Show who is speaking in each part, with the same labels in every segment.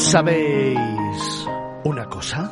Speaker 1: ¿Sabéis una cosa?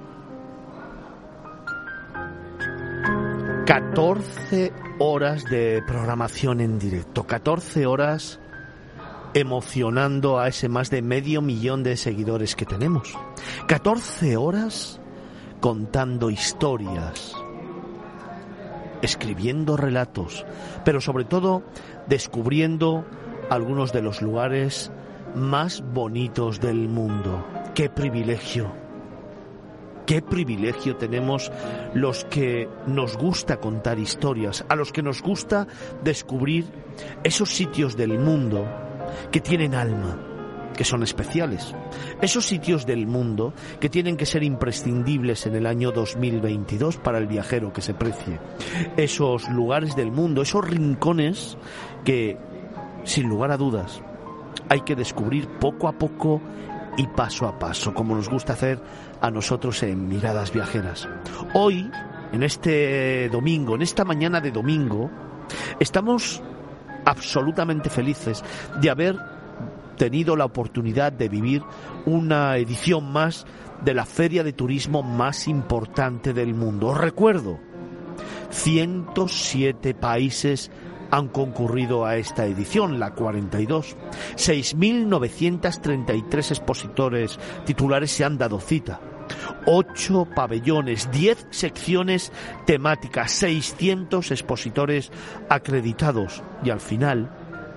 Speaker 1: 14 horas de programación en directo, 14 horas emocionando a ese más de 500.000 de seguidores que tenemos, 14 horas contando historias, escribiendo relatos, pero sobre todo descubriendo algunos de los lugares más bonitos del mundo. ¡Qué privilegio! ¡Qué privilegio tenemos los que nos gusta contar historias, a los que nos gusta descubrir esos sitios del mundo que tienen alma, que son especiales, esos sitios del mundo que tienen que ser imprescindibles en el año 2022 para el viajero que se precie, esos lugares del mundo, esos rincones que, sin lugar a dudas, hay que descubrir poco a poco y paso a paso, como nos gusta hacer a nosotros en Miradas Viajeras. Hoy, en este domingo, en esta mañana de domingo, estamos absolutamente felices de haber tenido la oportunidad de vivir una edición más de la feria de turismo más importante del mundo. Os recuerdo, 107 países han concurrido a esta edición, la 42. 6.933 expositores titulares se han dado cita. 8 pabellones, 10 secciones temáticas, 600 expositores acreditados. Y al final,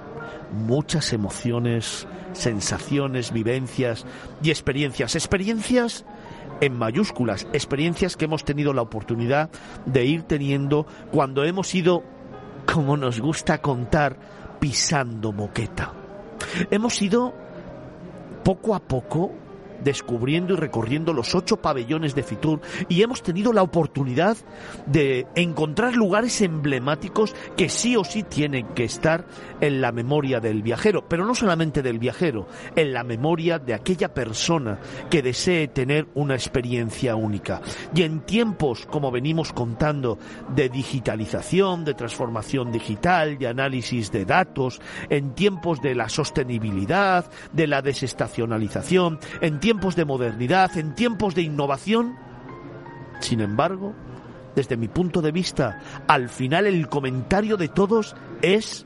Speaker 1: muchas emociones, sensaciones, vivencias y experiencias. Experiencias en mayúsculas, experiencias que hemos tenido la oportunidad de ir teniendo cuando hemos ido, como nos gusta contar, pisando moqueta. Hemos ido poco a poco descubriendo y recorriendo los 8 pabellones de Fitur y hemos tenido la oportunidad de encontrar lugares emblemáticos que sí o sí tienen que estar en la memoria del viajero, pero no solamente del viajero, en la memoria de aquella persona que desee tener una experiencia única. Y en tiempos, como venimos contando, de digitalización, de transformación digital, de análisis de datos, en tiempos de la sostenibilidad, de la desestacionalización, en tiempos de modernidad, en tiempos de innovación. Sin embargo, desde mi punto de vista, al final el comentario de todos es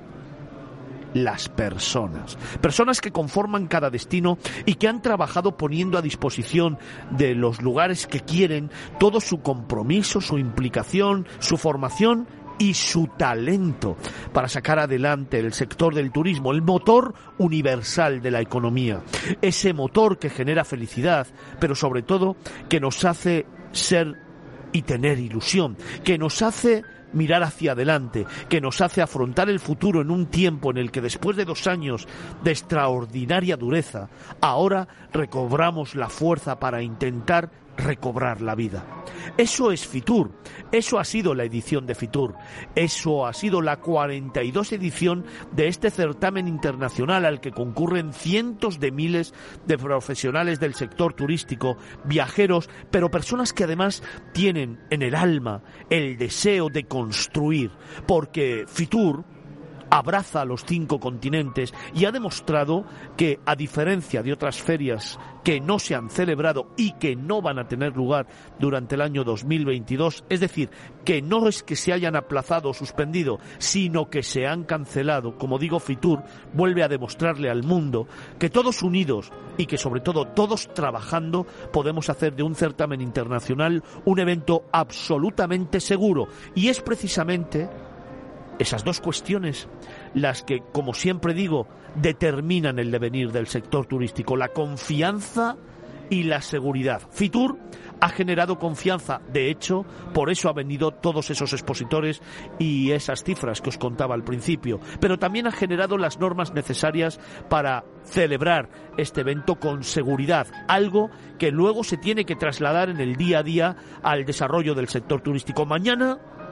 Speaker 1: las personas. Personas que conforman cada destino y que han trabajado poniendo a disposición de los lugares que quieren todo su compromiso, su implicación, su formación y su talento para sacar adelante el sector del turismo, el motor universal de la economía, ese motor que genera felicidad, pero sobre todo que nos hace ser y tener ilusión, que nos hace mirar hacia adelante, que nos hace afrontar el futuro en un tiempo en el que después de 2 años de extraordinaria dureza, ahora recobramos la fuerza para intentar recobrar la vida. Eso es Fitur, eso ha sido la edición de Fitur, eso ha sido la 42 edición de este certamen internacional al que concurren cientos de miles de profesionales del sector turístico, viajeros, pero personas que además tienen en el alma el deseo de construir, porque Fitur abraza a los 5 continentes y ha demostrado que, a diferencia de otras ferias que no se han celebrado y que no van a tener lugar durante el año 2022, es decir, que no es que se hayan aplazado o suspendido, sino que se han cancelado, como digo, Fitur vuelve a demostrarle al mundo que todos unidos y que sobre todo todos trabajando podemos hacer de un certamen internacional un evento absolutamente seguro. Y es precisamente esas 2 cuestiones las que, como siempre digo, determinan el devenir del sector turístico: la confianza y la seguridad. Fitur ha generado confianza, de hecho, por eso ha venido todos esos expositores y esas cifras que os contaba al principio, pero también ha generado las normas necesarias para celebrar este evento con seguridad, algo que luego se tiene que trasladar en el día a día al desarrollo del sector turístico. Mañana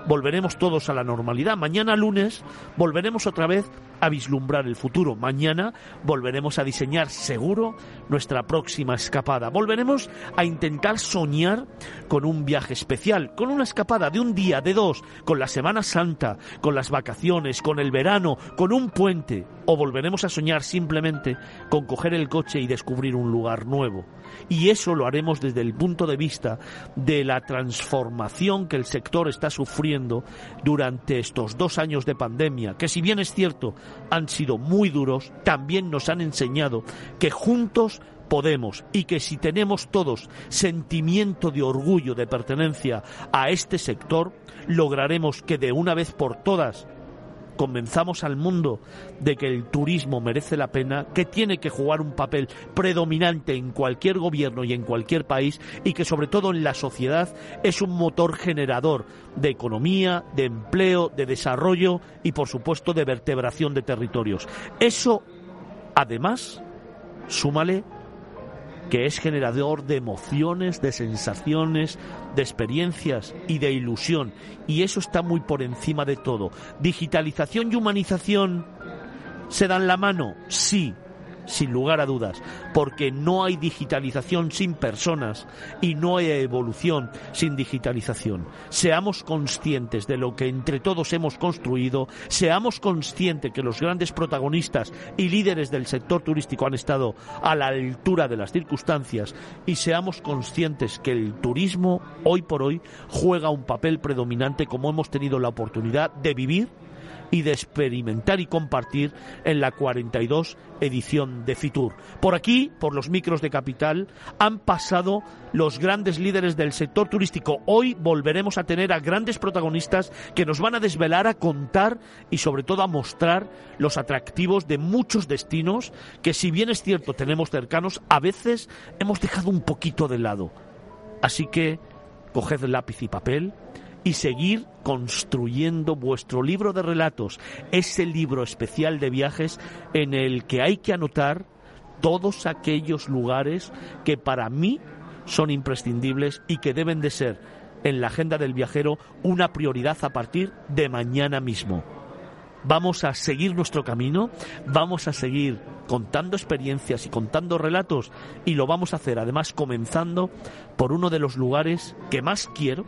Speaker 1: volveremos todos a la normalidad. Mañana lunes volveremos otra vez a vislumbrar el futuro. Mañana volveremos a diseñar seguro nuestra próxima escapada. Volveremos a intentar soñar con un viaje especial, con una escapada de un día, de dos, con la Semana Santa, con las vacaciones, con el verano, con un puente. O volveremos a soñar simplemente con coger el coche y descubrir un lugar nuevo. Y eso lo haremos desde el punto de vista de la transformación que el sector está sufriendo durante estos 2 años de pandemia, que si bien es cierto han sido muy duros, también nos han enseñado que juntos podemos, y que si tenemos todos sentimiento de orgullo, de pertenencia a este sector, lograremos que de una vez por todas convenzamos al mundo de que el turismo merece la pena, que tiene que jugar un papel predominante en cualquier gobierno y en cualquier país, y que sobre todo en la sociedad es un motor generador de economía, de empleo, de desarrollo y por supuesto de vertebración de territorios. Eso, además, súmale que es generador de emociones, de sensaciones, de experiencias y de ilusión. Y eso está muy por encima de todo. ¿Digitalización y humanización se dan la mano? Sí, sin lugar a dudas, porque no hay digitalización sin personas y no hay evolución sin digitalización. Seamos conscientes de lo que entre todos hemos construido, seamos conscientes que los grandes protagonistas y líderes del sector turístico han estado a la altura de las circunstancias, y seamos conscientes que el turismo hoy por hoy juega un papel predominante, como hemos tenido la oportunidad de vivir y de experimentar y compartir en la 42 edición de Fitur. Por aquí, por los micros de Capital, han pasado los grandes líderes del sector turístico. Hoy volveremos a tener a grandes protagonistas que nos van a desvelar, a contar y sobre todo a mostrar los atractivos de muchos destinos que, si bien es cierto tenemos cercanos, a veces hemos dejado un poquito de lado. Así que coged lápiz y papel y seguir construyendo vuestro libro de relatos, ese libro especial de viajes en el que hay que anotar todos aquellos lugares que para mí son imprescindibles y que deben de ser en la agenda del viajero una prioridad a partir de mañana mismo. Vamos a seguir nuestro camino, vamos a seguir contando experiencias y contando relatos, y lo vamos a hacer además comenzando por uno de los lugares que más quiero,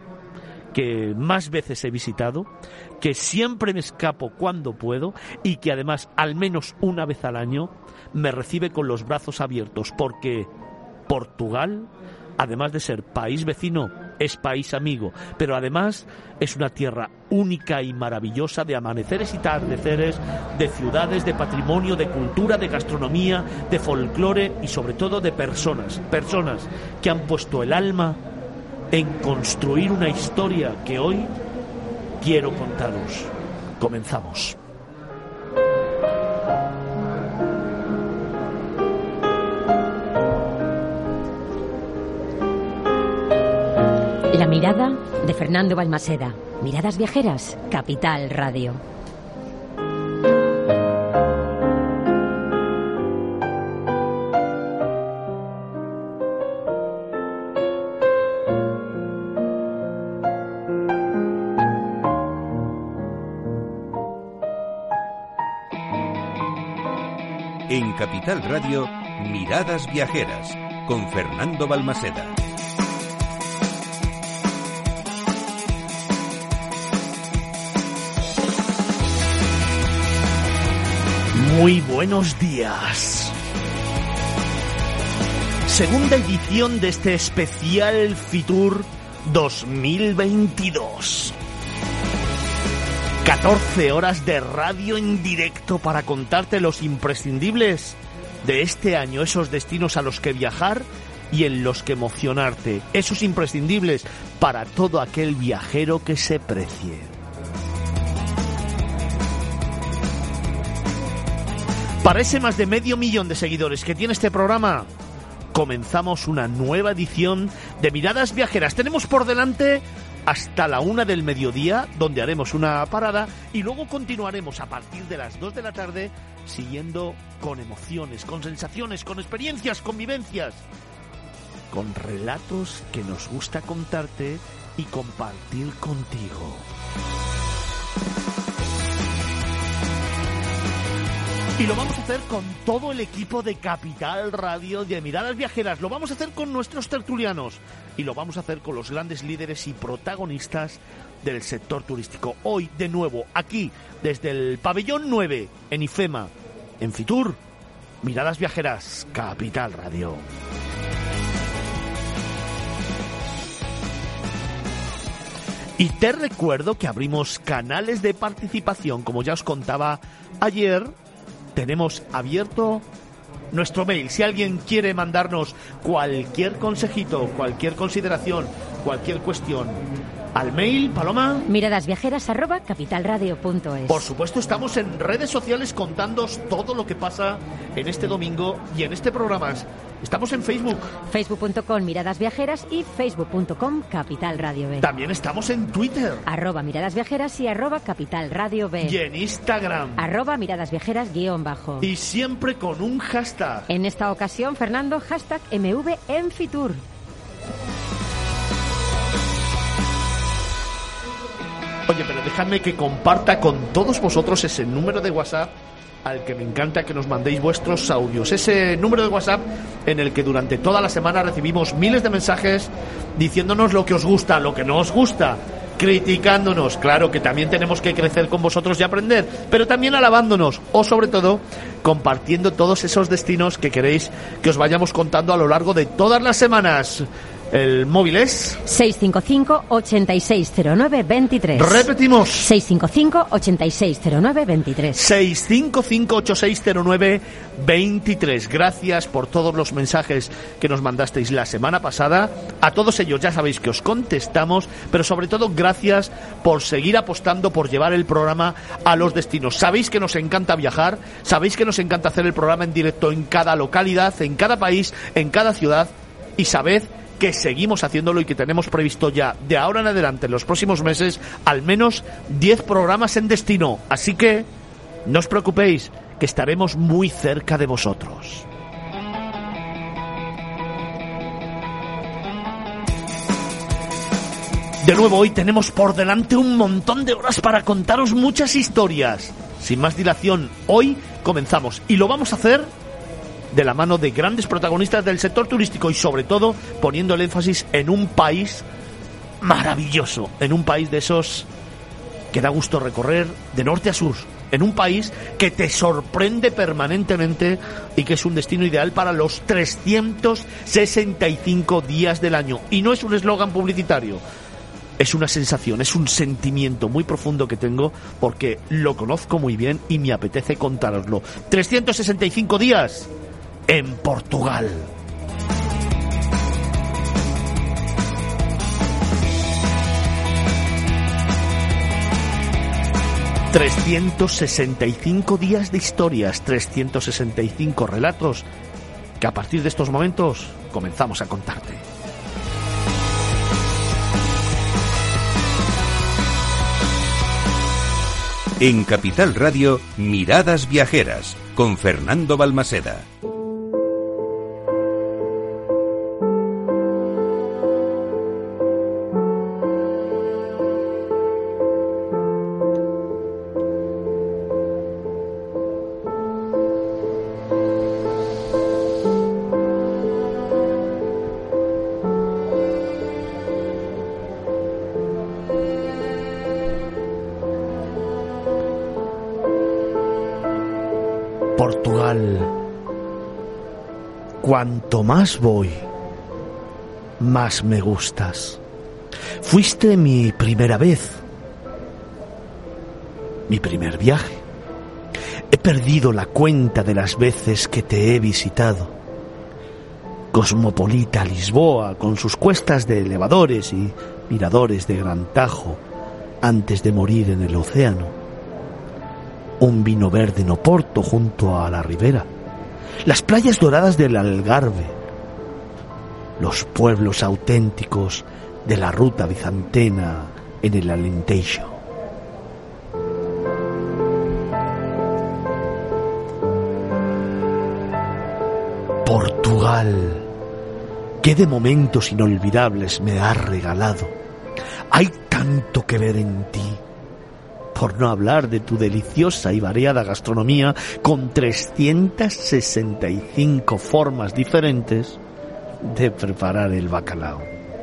Speaker 1: que más veces he visitado, que siempre me escapo cuando puedo y que además al menos una vez al año me recibe con los brazos abiertos, porque Portugal, además de ser país vecino, es país amigo, pero además es una tierra única y maravillosa de amaneceres y atardeceres, de ciudades, de patrimonio, de cultura, de gastronomía, de folclore y sobre todo de personas que han puesto el alma en construir una historia que hoy quiero contaros. Comenzamos.
Speaker 2: La mirada de Fernando Balmaseda. Miradas Viajeras, Capital Radio.
Speaker 3: En Capital Radio, Miradas Viajeras, con Fernando Balmaseda.
Speaker 1: Muy buenos días. Segunda edición de este especial Fitur 2022. 14 horas de radio en directo para contarte los imprescindibles de este año, esos destinos a los que viajar y en los que emocionarte, esos imprescindibles para todo aquel viajero que se precie. Para ese más de 500.000 de seguidores que tiene este programa, comenzamos una nueva edición de Miradas Viajeras. Tenemos por delante hasta la 1 del mediodía, donde haremos una parada y luego continuaremos a partir de las 2 de la tarde, siguiendo con emociones, con sensaciones, con experiencias, con vivencias, con relatos que nos gusta contarte y compartir contigo. Y lo vamos a hacer con todo el equipo de Capital Radio de Miradas Viajeras. Lo vamos a hacer con nuestros tertulianos. Y lo vamos a hacer con los grandes líderes y protagonistas del sector turístico. Hoy, de nuevo, aquí, desde el pabellón 9, en IFEMA, en Fitur, Miradas Viajeras, Capital Radio. Y te recuerdo que abrimos canales de participación, como ya os contaba ayer. Tenemos abierto nuestro mail. Si alguien quiere mandarnos cualquier consejito, cualquier consideración, cualquier cuestión, al mail, Paloma.
Speaker 2: miradasviajeras@capitalradio.es.
Speaker 1: Por supuesto, estamos en redes sociales contándoos todo lo que pasa en este domingo y en este programa. Estamos en Facebook.
Speaker 2: Facebook.com Miradas Viajeras y Facebook.com Capital Radio B.
Speaker 1: También estamos en Twitter.
Speaker 2: @Miradas Viajeras y @Capital Radio B.
Speaker 1: Y en Instagram.
Speaker 2: @Miradas Viajeras _
Speaker 1: Y siempre con un hashtag.
Speaker 2: En esta ocasión, Fernando, hashtag MV en Fitur.
Speaker 1: Oye, pero dejadme que comparta con todos vosotros ese número de WhatsApp al que me encanta que nos mandéis vuestros audios. Ese número de WhatsApp en el que durante toda la semana recibimos miles de mensajes diciéndonos lo que os gusta, lo que no os gusta, criticándonos. Claro que también tenemos que crecer con vosotros y aprender, pero también alabándonos o sobre todo compartiendo todos esos destinos que queréis que os vayamos contando a lo largo de todas las semanas. El móvil es
Speaker 2: 655-8609-23.
Speaker 1: Repetimos.
Speaker 2: 655-8609-23.
Speaker 1: 655-8609-23. Gracias por todos los mensajes que nos mandasteis la semana pasada. A todos ellos ya sabéis que os contestamos, pero sobre todo gracias por seguir apostando por llevar el programa a los destinos. Sabéis que nos encanta viajar, sabéis que nos encanta hacer el programa en directo en cada localidad, en cada país, en cada ciudad, y sabed que seguimos haciéndolo y que tenemos previsto ya de ahora en adelante, en los próximos meses, al menos 10 programas en destino. Así que no os preocupéis, que estaremos muy cerca de vosotros. De nuevo, hoy tenemos por delante un montón de horas para contaros muchas historias. Sin más dilación, hoy comenzamos y lo vamos a hacer de la mano de grandes protagonistas del sector turístico y sobre todo poniendo el énfasis en un país maravilloso, en un país de esos que da gusto recorrer de norte a sur, en un país que te sorprende permanentemente y que es un destino ideal para los 365 días del año. Y no es un eslogan publicitario, es una sensación, es un sentimiento muy profundo que tengo porque lo conozco muy bien y me apetece contároslo. 365 días en Portugal. ...365 días de historias... ...365 relatos... ...que a partir de estos momentos... ...comenzamos a contarte.
Speaker 3: En Capital Radio, Miradas Viajeras... ...con Fernando Balmaseda.
Speaker 1: Portugal. Cuanto más voy, más me gustas. Fuiste mi primera vez, mi primer viaje. He perdido la cuenta de las veces que te he visitado. Cosmopolita Lisboa, con sus cuestas de elevadores y miradores de gran tajo, antes de morir en el océano. Un vino verde en Oporto junto a la ribera, las playas doradas del Algarve, los pueblos auténticos de la ruta bizantina en el Alentejo. Portugal, qué de momentos inolvidables me has regalado. Hay tanto que ver en ti. Por no hablar de tu deliciosa y variada gastronomía con 365 formas diferentes de preparar el bacalao.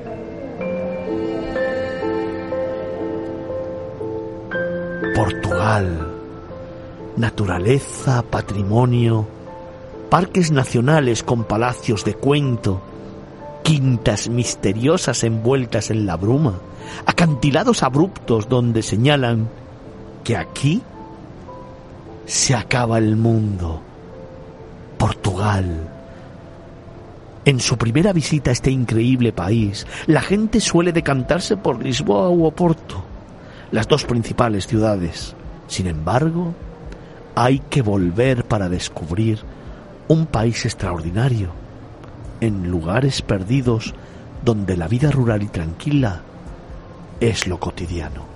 Speaker 1: Portugal, naturaleza, patrimonio, parques nacionales con palacios de cuento, quintas misteriosas envueltas en la bruma, acantilados abruptos donde señalan que aquí se acaba el mundo. Portugal. En su primera visita a este increíble país, la gente suele decantarse por Lisboa u Oporto, las dos principales ciudades. Sin embargo, hay que volver para descubrir un país extraordinario, en lugares perdidos donde la vida rural y tranquila es lo cotidiano.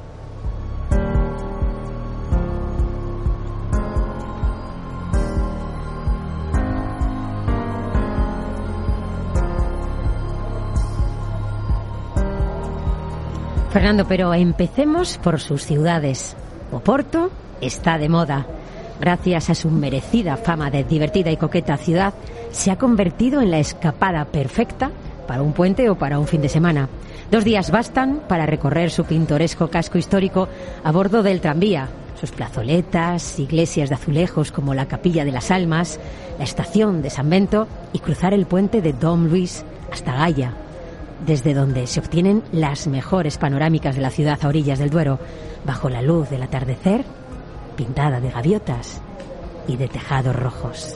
Speaker 2: Fernando, pero empecemos por sus ciudades. Oporto está de moda. Gracias a su merecida fama de divertida y coqueta ciudad, se ha convertido en la escapada perfecta para un puente o para un fin de semana. 2 días bastan para recorrer su pintoresco casco histórico a bordo del tranvía. Sus plazoletas, iglesias de azulejos como la Capilla de las Almas, la estación de San Bento y cruzar el puente de Dom Luis hasta Gaia, desde donde se obtienen las mejores panorámicas de la ciudad a orillas del Duero, bajo la luz del atardecer, pintada de gaviotas y de tejados rojos.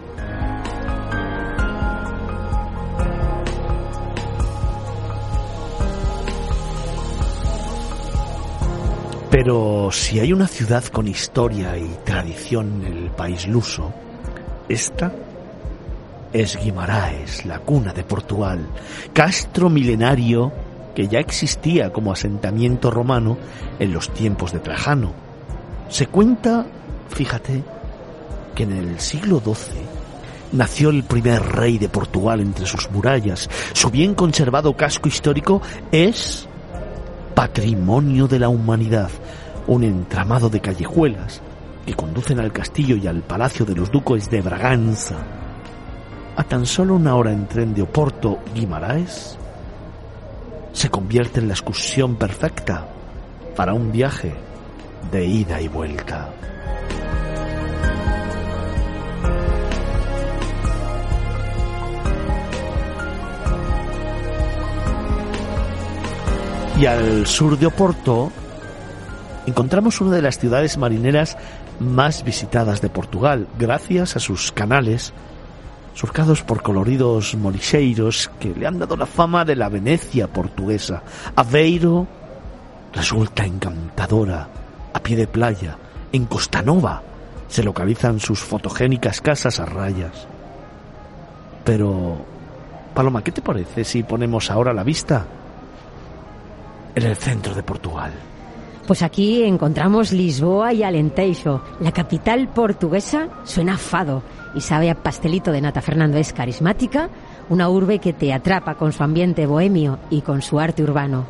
Speaker 1: Pero si hay una ciudad con historia y tradición en el país luso, esta es Guimaraes, la cuna de Portugal, castro milenario que ya existía como asentamiento romano en los tiempos de Trajano. Se cuenta, fíjate, que en el siglo XII nació el primer rey de Portugal entre sus murallas. Su bien conservado casco histórico es patrimonio de la humanidad, un entramado de callejuelas que conducen al castillo y al palacio de los duques de Braganza. A tan solo 1 hora en tren de Oporto, Guimaraes se convierte en la excursión perfecta para un viaje de ida y vuelta. Y al sur de Oporto encontramos una de las ciudades marineras más visitadas de Portugal, gracias a sus canales surcados por coloridos molixeiros que le han dado la fama de la Venecia portuguesa. Aveiro resulta encantadora, a pie de playa. En Costanova se localizan sus fotogénicas casas a rayas. Pero, Paloma, ¿qué te parece si ponemos ahora la vista en el centro de Portugal?
Speaker 2: Pues aquí encontramos Lisboa y Alentejo. La capital portuguesa suena a fado y sabe a pastelito de nata. Fernando, es carismática, una urbe que te atrapa con su ambiente bohemio y con su arte urbano.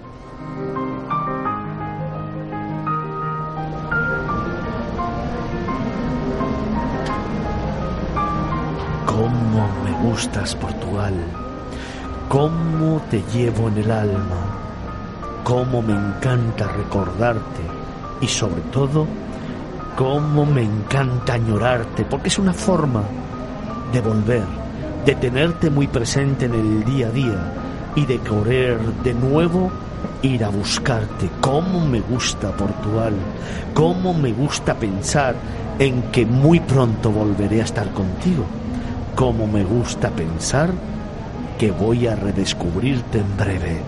Speaker 1: ¿Cómo me gustas, Portugal? ¿Cómo te llevo en el alma? Cómo me encanta recordarte y sobre todo, cómo me encanta añorarte, porque es una forma de volver, de tenerte muy presente en el día a día y de querer de nuevo ir a buscarte. Cómo me gusta Portugal, cómo me gusta pensar en que muy pronto volveré a estar contigo, cómo me gusta pensar que voy a redescubrirte en breve.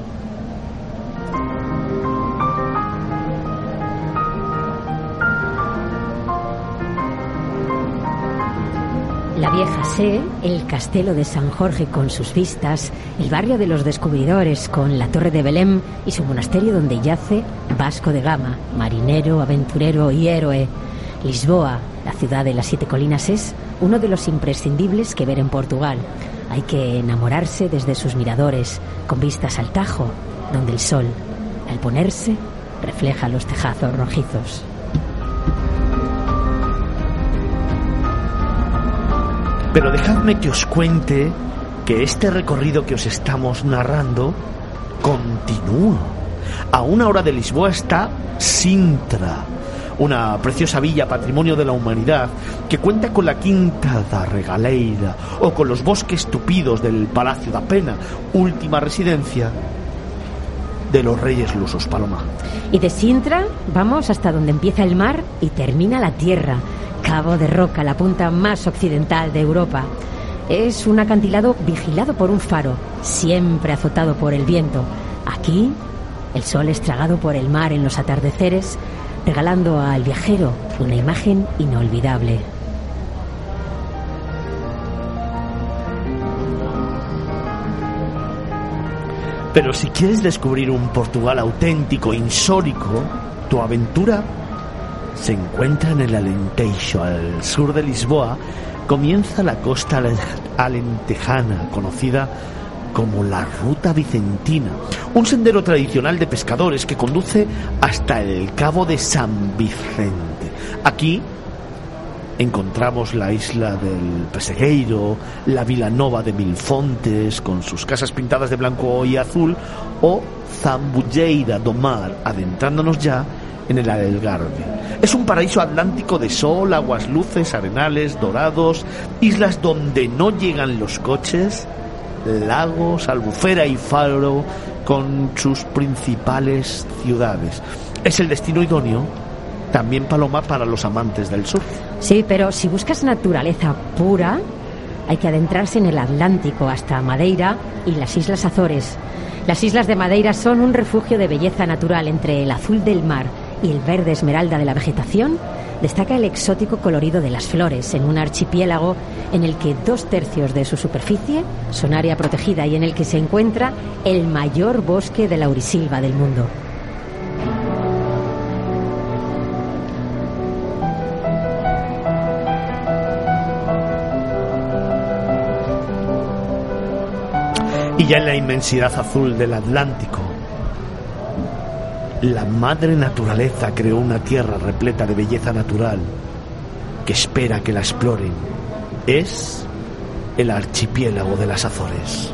Speaker 2: La vieja Sé, el castelo de San Jorge con sus vistas, el barrio de los descubridores con la torre de Belém y su monasterio donde yace Vasco de Gama, marinero, aventurero y héroe. Lisboa, la ciudad de las 7 colinas, es uno de los imprescindibles que ver en Portugal. Hay que enamorarse desde sus miradores, con vistas al Tajo, donde el sol al ponerse, refleja los tejazos rojizos.
Speaker 1: Pero dejadme que os cuente que este recorrido que os estamos narrando continúa. A 1 hora de Lisboa está Sintra, una preciosa villa patrimonio de la humanidad que cuenta con la Quinta da Regaleira o con los bosques tupidos del Palacio da Pena, última residencia de los reyes lusos, Paloma.
Speaker 2: Y de Sintra vamos hasta donde empieza el mar y termina la tierra, Cabo de Roca, la punta más occidental de Europa. Es un acantilado vigilado por un faro, siempre azotado por el viento. Aquí, el sol es tragado por el mar en los atardeceres, regalando al viajero una imagen inolvidable.
Speaker 1: Pero si quieres descubrir un Portugal auténtico, insólito, tu aventura se encuentra en el Alentejo, al sur de Lisboa. Comienza la costa alentejana, conocida como la Ruta Vicentina, un sendero tradicional de pescadores que conduce hasta el Cabo de San Vicente. Aquí encontramos la isla del Pesegueiro, la Vila Nova de Milfontes, con sus casas pintadas de blanco y azul, o Zambujeira do Mar, adentrándonos ya en el Algarve. Es un paraíso atlántico de sol, aguas luces, arenales dorados, islas donde no llegan los coches, lagos, Albufera y Faro con sus principales ciudades. Es el destino idóneo también, Paloma, para los amantes del surf.
Speaker 2: Sí, pero si buscas naturaleza pura, hay que adentrarse en el Atlántico hasta Madeira y las Islas Azores. Las islas de Madeira son un refugio de belleza natural. Entre el azul del mar y el verde esmeralda de la vegetación, destaca el exótico colorido de las flores, en un archipiélago en el que 2/3 de su superficie son área protegida y en el que se encuentra el mayor bosque de laurisilva del mundo.
Speaker 1: Y ya en la inmensidad azul del Atlántico, la madre naturaleza creó una tierra repleta de belleza natural que espera que la exploren. Es el archipiélago de las Azores.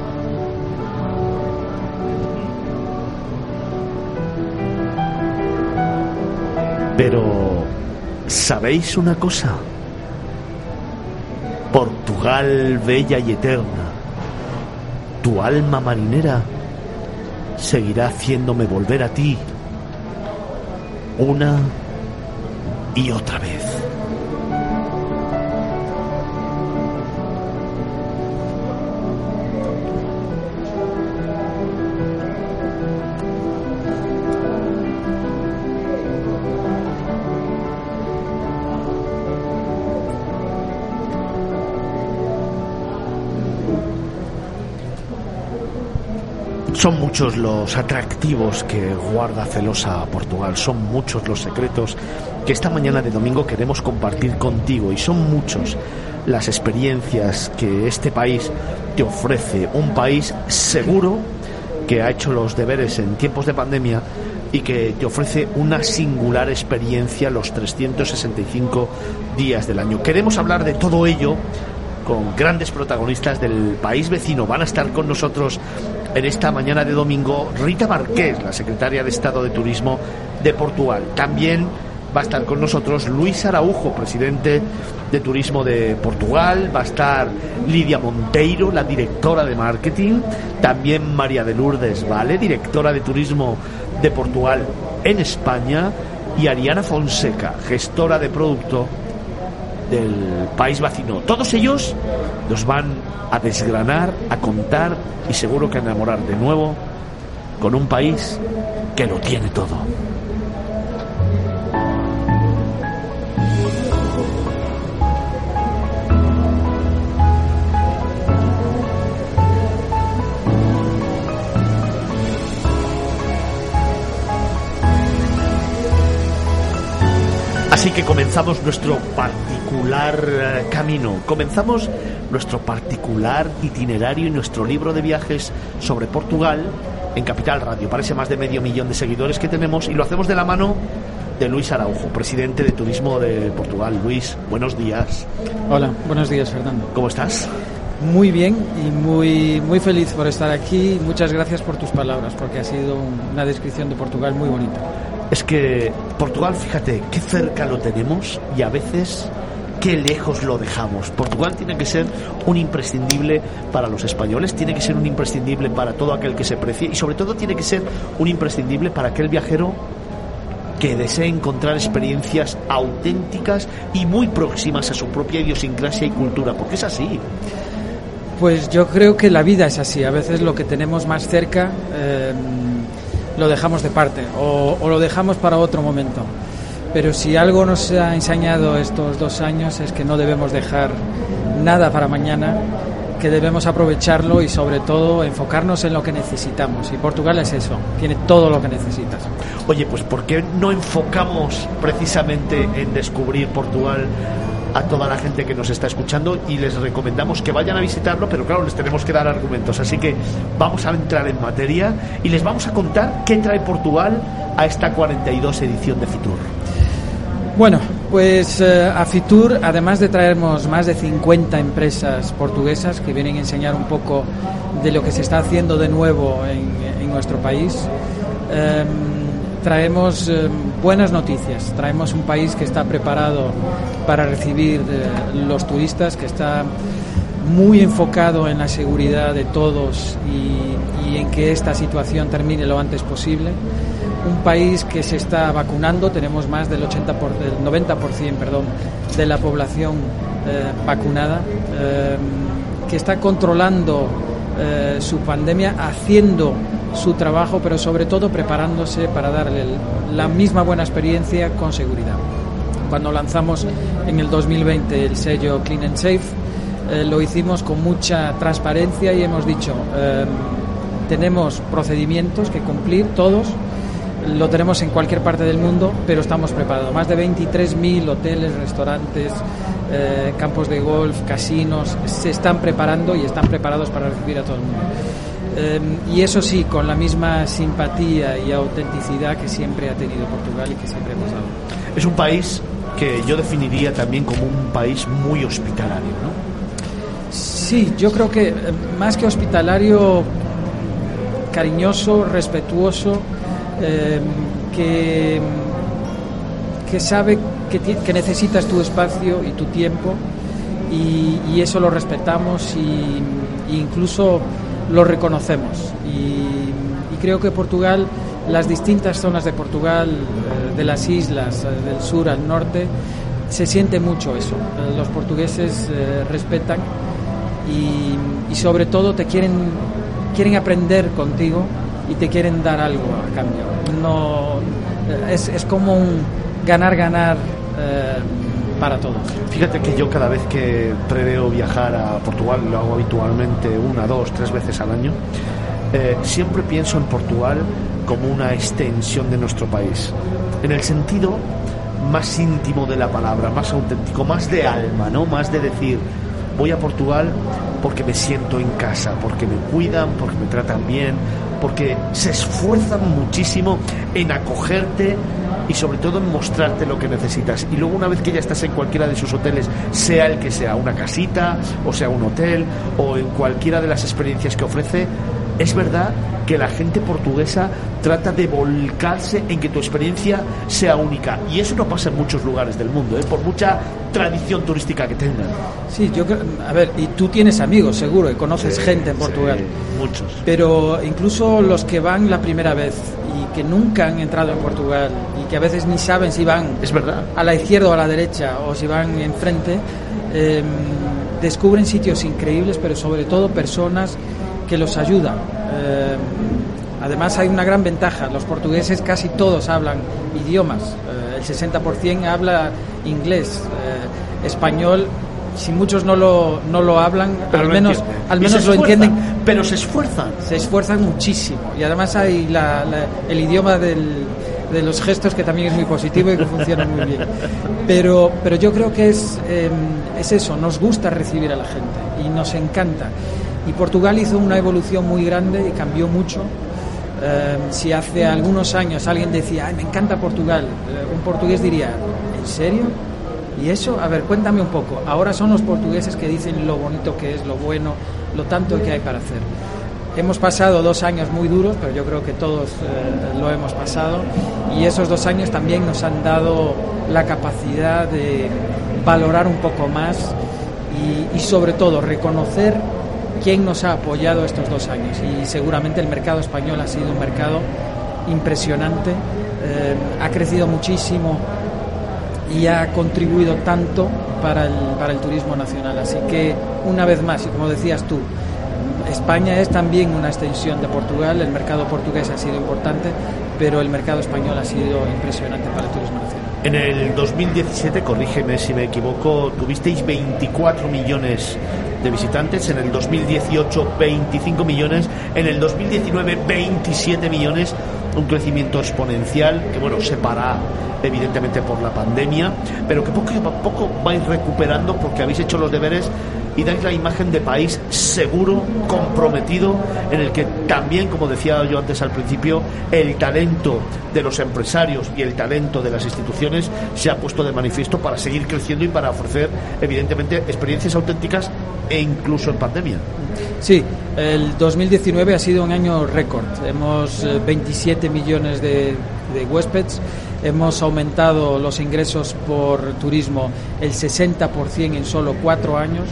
Speaker 1: Pero, ¿sabéis una cosa? Portugal bella y eterna, tu alma marinera seguirá haciéndome volver a ti una y otra vez. Son muchos los atractivos que guarda celosa Portugal, son muchos los secretos que esta mañana de domingo queremos compartir contigo, y son muchos las experiencias que este país te ofrece, un país seguro que ha hecho los deberes en tiempos de pandemia y que te ofrece una singular experiencia los 365 días del año. Queremos hablar de todo ello con grandes protagonistas del país vecino. Van a estar con nosotros en esta mañana de domingo Rita Marqués, la secretaria de Estado de Turismo de Portugal. También va a estar con nosotros Luis Araujo, presidente de Turismo de Portugal. Va a estar Lidia Monteiro, la directora de Marketing. También María de Lourdes Vale, directora de Turismo de Portugal en España. Y Ariana Fonseca, gestora de producto del país vecino. Todos ellos nos van a desgranar, a contar y seguro que a enamorar de nuevo con un país que lo tiene todo. Así que comenzamos nuestro particular camino, comenzamos nuestro particular itinerario y nuestro libro de viajes sobre Portugal en Capital Radio, para ese más de 500.000 de seguidores que tenemos, y lo hacemos de la mano de Luis Araujo, presidente de Turismo de Portugal. Luis, buenos días.
Speaker 4: Hola, buenos días, Fernando.
Speaker 1: ¿Cómo estás?
Speaker 4: Muy bien y muy feliz por estar aquí. Muchas gracias por tus palabras, porque ha sido una descripción de Portugal muy bonita.
Speaker 1: Es que Portugal, fíjate, qué cerca lo tenemos y a veces qué lejos lo dejamos. Portugal tiene que ser un imprescindible para los españoles, tiene que ser un imprescindible para todo aquel que se precie y sobre todo tiene que ser un imprescindible para aquel viajero que desee encontrar experiencias auténticas y muy próximas a su propia idiosincrasia y cultura, porque es así.
Speaker 4: Pues yo creo que la vida es así. A veces lo que tenemos más cerca lo dejamos de parte o lo dejamos para otro momento. Pero si algo nos ha enseñado estos 2 años es que no debemos dejar nada para mañana, que debemos aprovecharlo y sobre todo enfocarnos en lo que necesitamos. Y Portugal es eso, tiene todo lo que necesitas.
Speaker 1: Oye, pues ¿por qué no enfocamos precisamente en descubrir Portugal a toda la gente que nos está escuchando y les recomendamos que vayan a visitarlo, pero claro, les tenemos que dar argumentos, así que vamos a entrar en materia y les vamos a contar qué trae Portugal a esta 42 edición de Fitur.
Speaker 4: Bueno, pues a Fitur, además de traernos más de 50 empresas portuguesas que vienen a enseñar un poco de lo que se está haciendo de nuevo en nuestro país, traemos buenas noticias. Traemos un país que está preparado para recibir los turistas, que está muy enfocado en la seguridad de todos y en que esta situación termine lo antes posible. Un país que se está vacunando, tenemos más del 90% de la población vacunada, que está controlando su pandemia, haciendo su trabajo, pero sobre todo preparándose para darle la misma buena experiencia con seguridad. Cuando lanzamos en el 2020 el sello Clean and Safe, lo hicimos con mucha transparencia y hemos dicho, tenemos procedimientos que cumplir todos, lo tenemos en cualquier parte del mundo, pero estamos preparados. Más de 23.000 hoteles, restaurantes, campos de golf, casinos, se están preparando y están preparados para recibir a todo el mundo. Y eso sí, con la misma simpatía y autenticidad que siempre ha tenido Portugal y que siempre hemos dado.
Speaker 1: Es un país que yo definiría también como un país muy hospitalario, ¿no?
Speaker 4: Sí, yo creo que más que hospitalario, cariñoso, respetuoso, que sabe que necesitas tu espacio y tu tiempo y eso lo respetamos y incluso lo reconocemos y creo que Portugal, las distintas zonas de Portugal, de las islas del sur al norte, se siente mucho eso. Los portugueses respetan y sobre todo te quieren aprender contigo y te quieren dar algo a cambio. No, es como un ganar-ganar para todos.
Speaker 1: Fíjate que yo cada vez que preveo viajar a Portugal, lo hago habitualmente 1, 2, 3 veces al año, siempre pienso en Portugal como una extensión de nuestro país, en el sentido más íntimo de la palabra, más auténtico, más de alma, ¿no? Más de decir, voy a Portugal porque me siento en casa, porque me cuidan, porque me tratan bien, porque se esfuerzan muchísimo en acogerte y sobre todo en mostrarte lo que necesitas. Y luego, una vez que ya estás en cualquiera de sus hoteles, sea el que sea, una casita o sea un hotel o en cualquiera de las experiencias que ofrece, es verdad que la gente portuguesa trata de volcarse en que tu experiencia sea única, y eso no pasa en muchos lugares del mundo, por mucha tradición turística que tengan.
Speaker 4: Sí, yo creo, a ver, y tú tienes amigos seguro y conoces gente en Portugal,
Speaker 1: muchos,
Speaker 4: pero incluso los que van la primera vez y que nunca han entrado en Portugal y que a veces ni saben si van,
Speaker 1: es verdad, a
Speaker 4: la izquierda o a la derecha o si van enfrente, descubren sitios increíbles, pero sobre todo personas que los ayudan. Además hay una gran ventaja, los portugueses casi todos hablan idiomas, el 60% habla inglés, español, si muchos no lo hablan, pero al menos lo entienden,
Speaker 1: pero se esfuerzan
Speaker 4: muchísimo, y además hay el idioma de los gestos, que también es muy positivo y que funciona muy bien, pero yo creo que es eso, nos gusta recibir a la gente y nos encanta. Y Portugal hizo una evolución muy grande y cambió mucho Si hace algunos años alguien decía, ay, me encanta Portugal, un portugués diría, ¿en serio? ¿Y eso? A ver, cuéntame un poco. Ahora son los portugueses que dicen lo bonito que es, lo bueno, lo tanto que hay para hacer. Hemos pasado 2 años muy duros, pero yo creo que todos lo hemos pasado, y esos 2 años también nos han dado la capacidad de valorar un poco más y sobre todo reconocer quién nos ha apoyado estos 2 años. Y seguramente el mercado español ha sido un mercado impresionante, ha crecido muchísimo y ha contribuido tanto para el turismo nacional. Así que, una vez más, y como decías tú, España es también una extensión de Portugal. El mercado portugués ha sido importante, pero el mercado español ha sido impresionante para el turismo nacional.
Speaker 1: En el 2017, corrígeme si me equivoco, tuvisteis 24 millones de visitantes, en el 2018 25 millones, en el 2019 27 millones, un crecimiento exponencial que, bueno, se para evidentemente por la pandemia, pero que poco a poco vais recuperando porque habéis hecho los deberes y dais la imagen de país seguro, comprometido, en el que también, como decía yo antes al principio, el talento de los empresarios y el talento de las instituciones se ha puesto de manifiesto para seguir creciendo y para ofrecer, evidentemente, experiencias auténticas e incluso en pandemia.
Speaker 4: Sí, el 2019 ha sido un año récord. Hemos 27 millones de huéspedes. Hemos aumentado los ingresos por turismo el 60% en solo 4 años.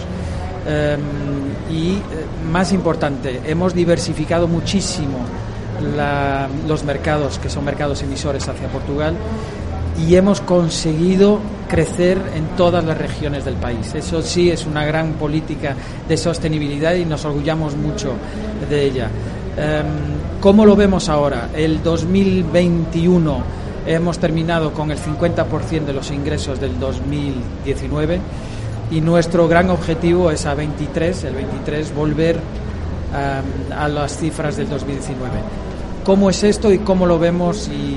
Speaker 4: Y más importante, hemos diversificado muchísimo los mercados, que son mercados emisores hacia Portugal, y hemos conseguido crecer en todas las regiones del país. Eso sí es una gran política de sostenibilidad y nos orgullamos mucho de ella. ¿Cómo lo vemos ahora? El 2021 hemos terminado con el 50% de los ingresos del 2019 y nuestro gran objetivo es el 23 volver a las cifras del 2019. ¿Cómo es esto y cómo lo vemos? Y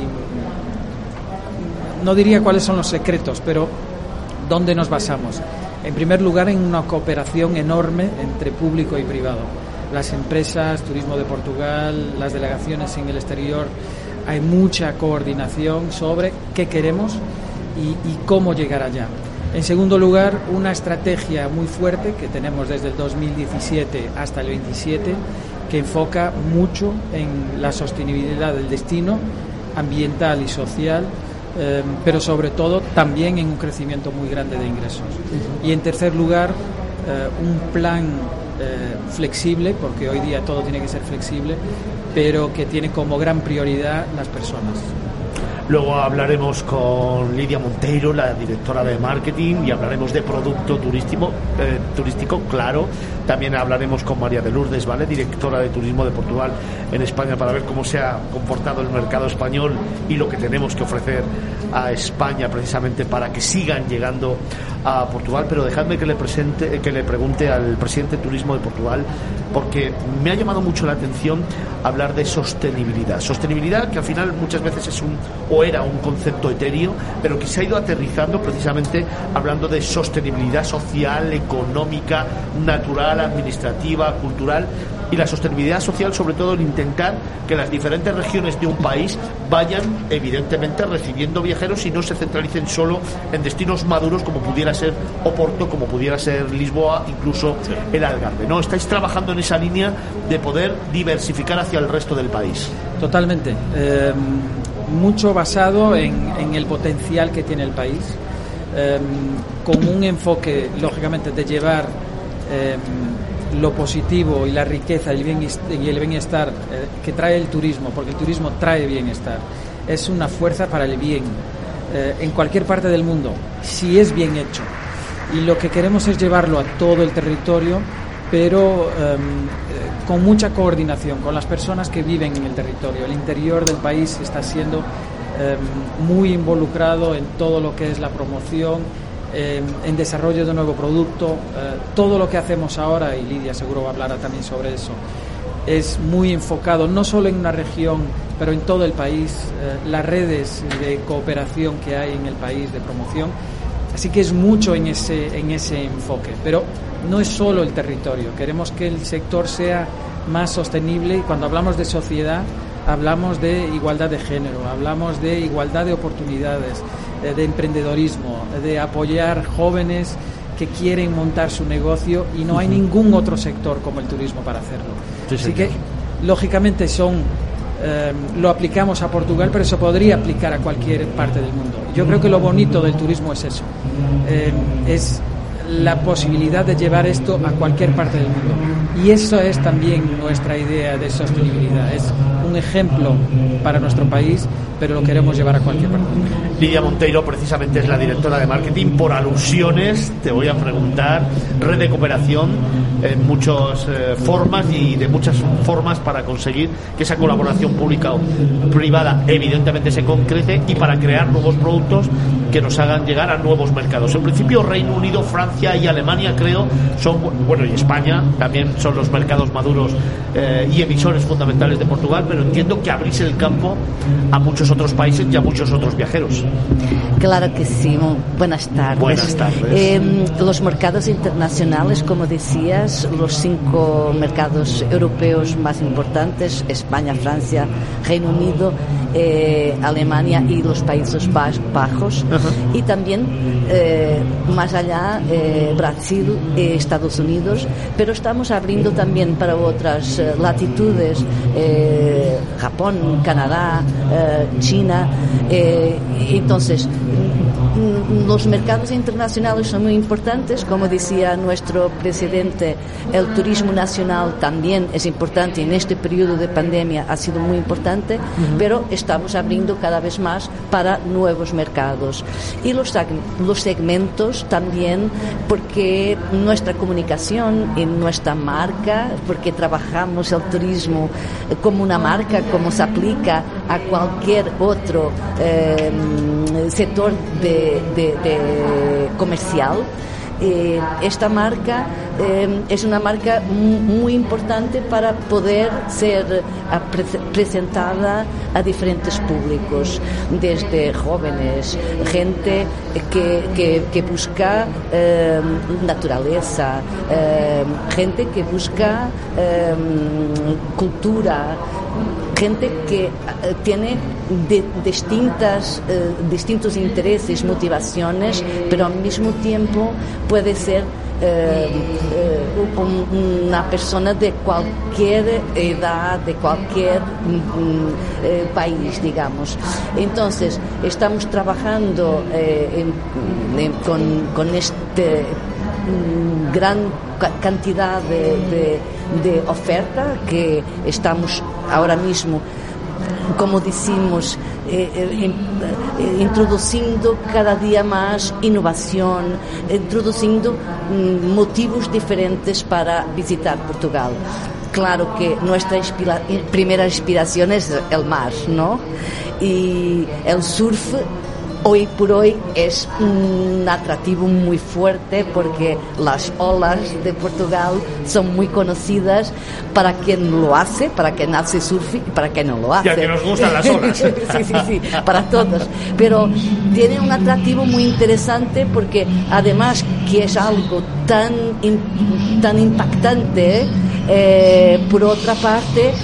Speaker 4: no diría cuáles son los secretos, pero ¿dónde nos basamos? En primer lugar, en una cooperación enorme entre público y privado. Las empresas, Turismo de Portugal, las delegaciones en el exterior, hay mucha coordinación sobre qué queremos y cómo llegar allá. En segundo lugar, una estrategia muy fuerte que tenemos desde el 2017 hasta el 27, que enfoca mucho en la sostenibilidad del destino, ambiental y social, pero sobre todo también en un crecimiento muy grande de ingresos. Y en tercer lugar, un plan flexible, porque hoy día todo tiene que ser flexible, pero que tiene como gran prioridad las personas.
Speaker 1: Luego hablaremos con Lidia Monteiro, la directora de marketing, y hablaremos de producto turístico, claro. También hablaremos con María de Lourdes, ¿vale?, directora de Turismo de Portugal en España, para ver cómo se ha comportado el mercado español y lo que tenemos que ofrecer a España precisamente para que sigan llegando a Portugal. Pero dejadme que le pregunte al presidente de Turismo de Portugal, porque me ha llamado mucho la atención hablar de sostenibilidad. Sostenibilidad que al final muchas veces era un concepto etéreo, pero que se ha ido aterrizando precisamente hablando de sostenibilidad social, económica, natural, administrativa, cultural, y la sostenibilidad social sobre todo en intentar que las diferentes regiones de un país vayan evidentemente recibiendo viajeros y no se centralicen solo en destinos maduros como pudiera ser Oporto, como pudiera ser Lisboa, incluso el Algarve, ¿no? Estáis trabajando en esa línea de poder diversificar hacia el resto del país.
Speaker 4: Totalmente. Mucho basado en el potencial que tiene el país, con un enfoque, lógicamente, de llevar lo positivo y la riqueza y el bienestar que trae el turismo, porque el turismo trae bienestar. Es una fuerza para el bien en cualquier parte del mundo, si es bien hecho. Y lo que queremos es llevarlo a todo el territorio, pero con mucha coordinación con las personas que viven en el territorio. El interior del país está siendo muy involucrado en todo lo que es la promoción, en desarrollo de un nuevo producto. Todo lo que hacemos ahora, y Lidia seguro va a hablar también sobre eso, es muy enfocado no solo en una región, pero en todo el país, las redes de cooperación que hay en el país de promoción. Así que es mucho en ese enfoque, pero no es solo el territorio. Queremos que el sector sea más sostenible, y cuando hablamos de sociedad hablamos de igualdad de género, hablamos de igualdad de oportunidades, de emprendedorismo, de apoyar jóvenes que quieren montar su negocio, y no hay ningún otro sector como el turismo para hacerlo.
Speaker 1: Sí,
Speaker 4: así que, lógicamente, lo aplicamos a Portugal, pero se podría aplicar a cualquier parte del mundo. Yo creo que lo bonito del turismo es eso, es la posibilidad de llevar esto a cualquier parte del mundo, y eso es también nuestra idea de sostenibilidad. Es un ejemplo para nuestro país, pero lo queremos llevar a cualquier parte del mundo.
Speaker 1: Lidia Monteiro precisamente es la directora de marketing. Por alusiones te voy a preguntar, red de cooperación en muchas formas y de muchas formas para conseguir que esa colaboración pública o privada evidentemente se concrete y para crear nuevos productos que nos hagan llegar a nuevos mercados. En principio Reino Unido, Francia y Alemania, creo, son, bueno, y España también son los mercados maduros y emisores fundamentales de Portugal, pero entiendo que abrís el campo a muchos otros países y a muchos otros viajeros.
Speaker 5: Claro que sí. Buenas tardes.
Speaker 1: Buenas tardes.
Speaker 5: Los mercados internacionales, como decías, los 5 mercados europeos más importantes: España, Francia, Reino Unido, Alemania y los Países Bajos. Y también más allá Brasil, Estados Unidos, pero estamos abriendo también para otras latitudes, Japón, Canadá, China. Entonces, los mercados internacionales son muy importantes. Como decía nuestro presidente, el turismo nacional también es importante. En este periodo de pandemia ha sido muy importante, pero estamos abriendo cada vez más para nuevos mercados. Y los segmentos también, porque nuestra comunicación y nuestra marca, porque trabajamos el turismo como una marca, como se aplica a cualquier otro sector de comercial. Esta marca es una marca muy importante para poder ser presentada a diferentes públicos, desde jóvenes, gente que busca naturaleza, gente que busca cultura, gente que tiene distintos intereses, motivaciones, pero al mismo tiempo puede ser una persona de cualquier edad, de cualquier país, digamos. Entonces, estamos trabajando con este gran cantidad de oferta que estamos ahora mismo, como decimos, introduciendo cada día más innovación, introduciendo motivos diferentes para visitar Portugal. Claro que nuestra primera inspiración es el mar, ¿no? Y el surf hoy por hoy es un atractivo muy fuerte, porque las olas de Portugal son muy conocidas para quien lo hace, para quien hace surf y para quien no lo hace.
Speaker 1: Ya que nos gustan las olas.
Speaker 5: sí, para todos. Pero tiene un atractivo muy interesante, porque además que es algo tan impactante, por otra parte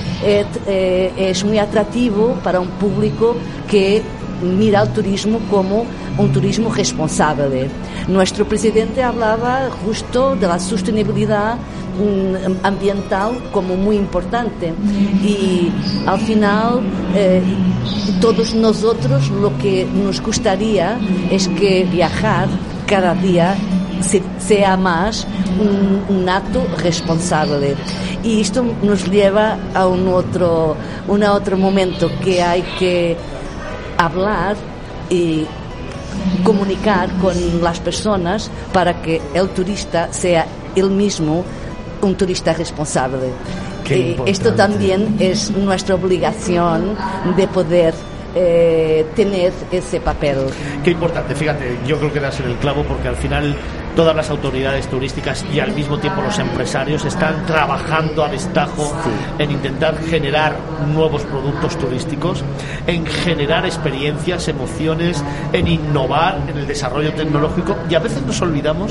Speaker 5: es muy atractivo para un público que mira el turismo como un turismo responsable. Nuestro presidente hablaba justo de la sostenibilidad ambiental como muy importante, y al final todos nosotros lo que nos gustaría es que viajar cada día sea más un acto responsable. Y esto nos lleva a un otro momento, que hay que hablar y comunicar con las personas para que el turista sea él mismo un turista responsable. Esto también es nuestra obligación de poder tener ese papel.
Speaker 1: Qué importante, fíjate, yo creo que das en el clavo, porque al final todas las autoridades turísticas y al mismo tiempo los empresarios están trabajando a destajo en intentar generar nuevos productos turísticos, en generar experiencias, emociones, en innovar en el desarrollo tecnológico, y a veces nos olvidamos